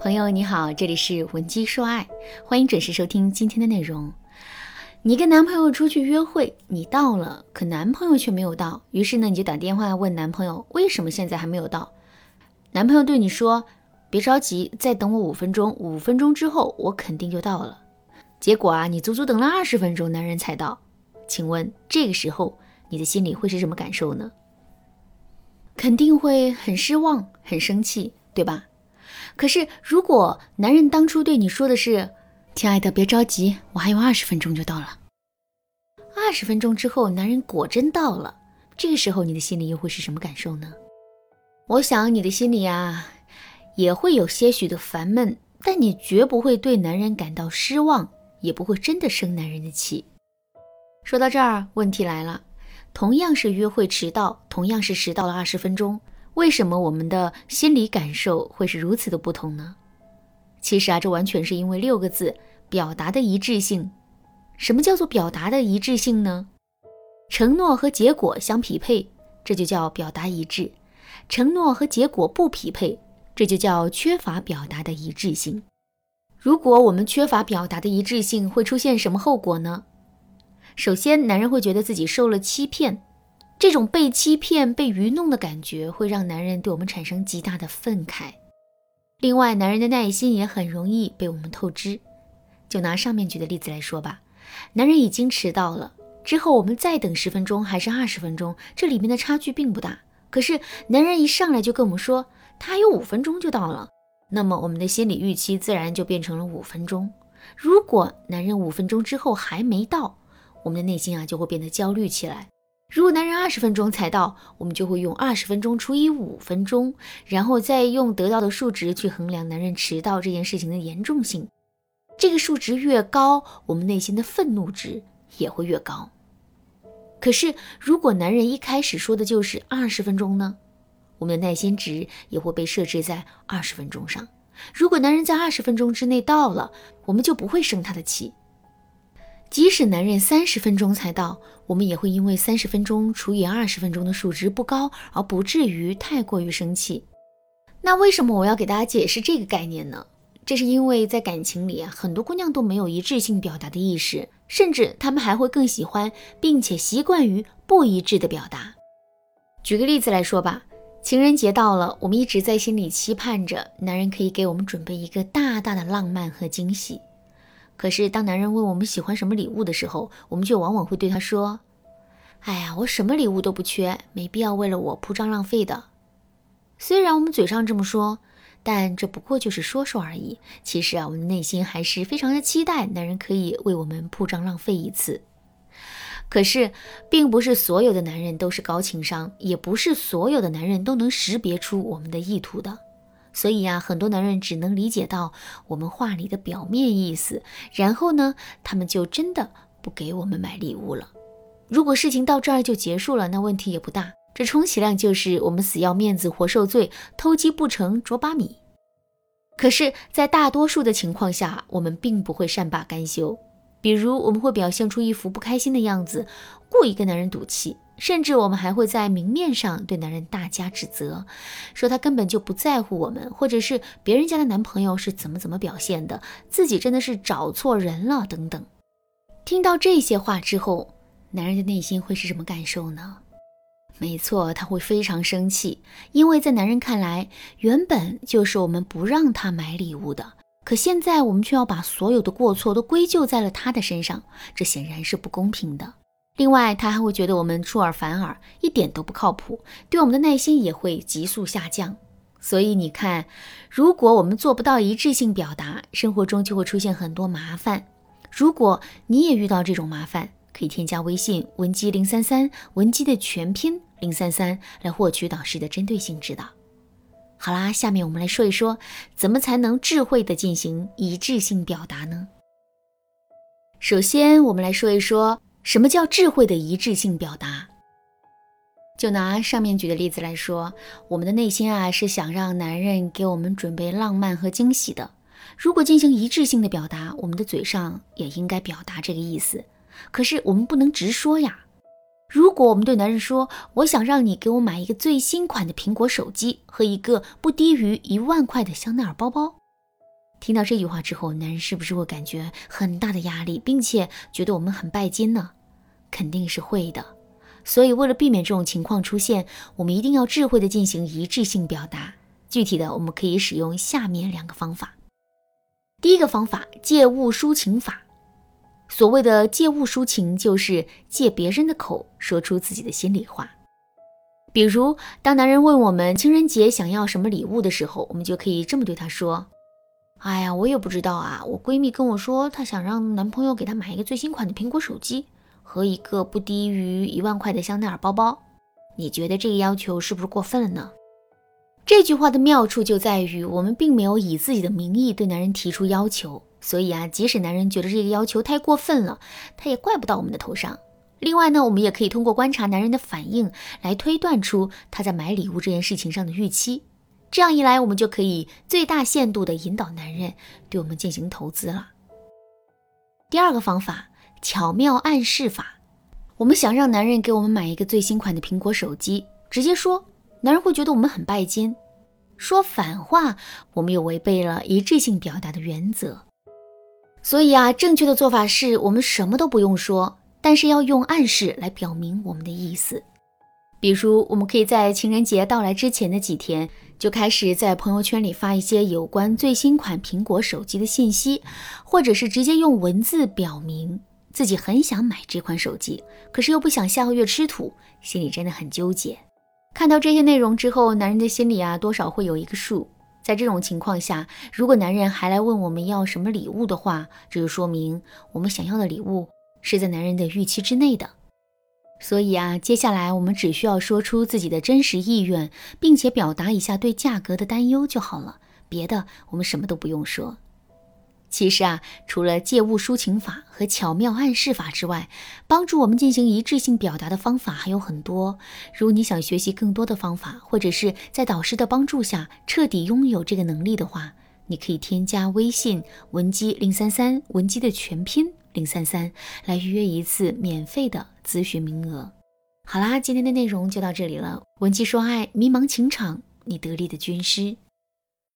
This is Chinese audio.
朋友你好，这里是文姬说爱，欢迎准时收听今天的内容。你跟男朋友出去约会，你到了，可男朋友却没有到，于是呢，你就打电话问男朋友为什么现在还没有到。男朋友对你说，别着急，再等我5分钟，5分钟之后我肯定就到了。结果你足足等了20分钟，男人才到。请问这个时候你的心里会是什么感受呢？肯定会很失望，很生气，对吧？可是如果男人当初对你说的是，亲爱的别着急，我还有20分钟就到了，20分钟之后男人果真到了，这个时候你的心里又会是什么感受呢？我想你的心里也会有些许的烦闷，但你绝不会对男人感到失望，也不会真的生男人的气。说到这儿，问题来了，同样是约会迟到，同样是迟到了20分钟，为什么我们的心理感受会是如此的不同呢？其实这完全是因为6个字，表达的一致性。什么叫做表达的一致性呢？承诺和结果相匹配，这就叫表达一致；承诺和结果不匹配，这就叫缺乏表达的一致性。如果我们缺乏表达的一致性，会出现什么后果呢？首先，男人会觉得自己受了欺骗，这种被欺骗、被愚弄的感觉会让男人对我们产生极大的愤慨。另外，男人的耐心也很容易被我们透支。就拿上面举的例子来说吧，男人已经迟到了，之后我们再等10分钟还是20分钟，这里面的差距并不大。可是男人一上来就跟我们说他还有5分钟就到了，那么我们的心理预期自然就变成了5分钟。如果男人5分钟之后还没到，我们的内心就会变得焦虑起来。如果男人20分钟才到，我们就会用20分钟除以5分钟，然后再用得到的数值去衡量男人迟到这件事情的严重性。这个数值越高，我们内心的愤怒值也会越高。可是如果男人一开始说的就是20分钟呢，我们的耐心值也会被设置在20分钟上。如果男人在20分钟之内到了，我们就不会生他的气。即使男人30分钟才到，我们也会因为30分钟除以20分钟的数值不高，而不至于太过于生气。那为什么我要给大家解释这个概念呢？这是因为在感情里很多姑娘都没有一致性表达的意识，甚至她们还会更喜欢并且习惯于不一致的表达。举个例子来说吧，情人节到了，我们一直在心里期盼着男人可以给我们准备一个大大的浪漫和惊喜。可是当男人问我们喜欢什么礼物的时候，我们就往往会对他说，我什么礼物都不缺，没必要为了我铺张浪费的。虽然我们嘴上这么说，但这不过就是说说而已。其实我们的内心还是非常的期待男人可以为我们铺张浪费一次。可是并不是所有的男人都是高情商，也不是所有的男人都能识别出我们的意图的。所以很多男人只能理解到我们话里的表面意思，然后呢，他们就真的不给我们买礼物了。如果事情到这儿就结束了，那问题也不大，这充其量就是我们死要面子活受罪，偷鸡不成蚀把米。可是在大多数的情况下，我们并不会善罢甘休。比如我们会表现出一副不开心的样子，故意跟男人赌气，甚至我们还会在明面上对男人大加指责，说他根本就不在乎我们，或者是别人家的男朋友是怎么表现的，自己真的是找错人了等等。听到这些话之后，男人的内心会是什么感受呢？没错，他会非常生气，因为在男人看来，原本就是我们不让他买礼物的，可现在我们却要把所有的过错都归咎在了他的身上，这显然是不公平的。另外，他还会觉得我们出尔反尔，一点都不靠谱，对我们的耐心也会急速下降。所以你看，如果我们做不到一致性表达，生活中就会出现很多麻烦。如果你也遇到这种麻烦，可以添加微信文姬033，文姬的全拼033，来获取导师的针对性指导。好啦，下面我们来说一说，怎么才能智慧地进行一致性表达呢？首先，我们来说一说什么叫智慧的一致性表达。就拿上面举的例子来说，我们的内心是想让男人给我们准备浪漫和惊喜的。如果进行一致性的表达，我们的嘴上也应该表达这个意思。可是我们不能直说呀。如果我们对男人说，我想让你给我买一个最新款的苹果手机和一个不低于1万块的香奈儿包包， 听到这句话之后，男人是不是会感觉很大的压力，并且觉得我们很拜金呢？肯定是会的。所以为了避免这种情况出现，我们一定要智慧地进行一致性表达。具体的，我们可以使用下面2个方法。第一个方法，借物抒情法。所谓的借物抒情，就是借别人的口说出自己的心里话。比如，当男人问我们情人节想要什么礼物的时候，我们就可以这么对他说：哎呀，我也不知道啊，我闺蜜跟我说，她想让男朋友给她买一个最新款的苹果手机和一个不低于1万块的香奈儿包包，你觉得这个要求是不是过分了呢？这句话的妙处就在于，我们并没有以自己的名义对男人提出要求，所以即使男人觉得这个要求太过分了，他也怪不到我们的头上。另外呢，我们也可以通过观察男人的反应来推断出他在买礼物这件事情上的预期。这样一来，我们就可以最大限度地引导男人对我们进行投资了。第2个方法，巧妙暗示法。我们想让男人给我们买一个最新款的苹果手机，直接说，男人会觉得我们很拜金。说反话，我们又违背了一致性表达的原则。所以正确的做法是，我们什么都不用说，但是要用暗示来表明我们的意思。比如，我们可以在情人节到来之前的几天，就开始在朋友圈里发一些有关最新款苹果手机的信息，或者是直接用文字表明自己很想买这款手机，可是又不想下个月吃土，心里真的很纠结。看到这些内容之后，男人的心里多少会有一个数。在这种情况下，如果男人还来问我们要什么礼物的话，这就说明我们想要的礼物是在男人的预期之内的。所以接下来我们只需要说出自己的真实意愿，并且表达一下对价格的担忧就好了，别的我们什么都不用说。其实除了借物抒情法和巧妙暗示法之外，帮助我们进行一致性表达的方法还有很多。如果你想学习更多的方法，或者是在导师的帮助下彻底拥有这个能力的话，你可以添加微信文姬033，文姬的全拼033，来预约一次免费的咨询名额。好啦，今天的内容就到这里了。文姬说爱，迷茫情场，你得力的军师。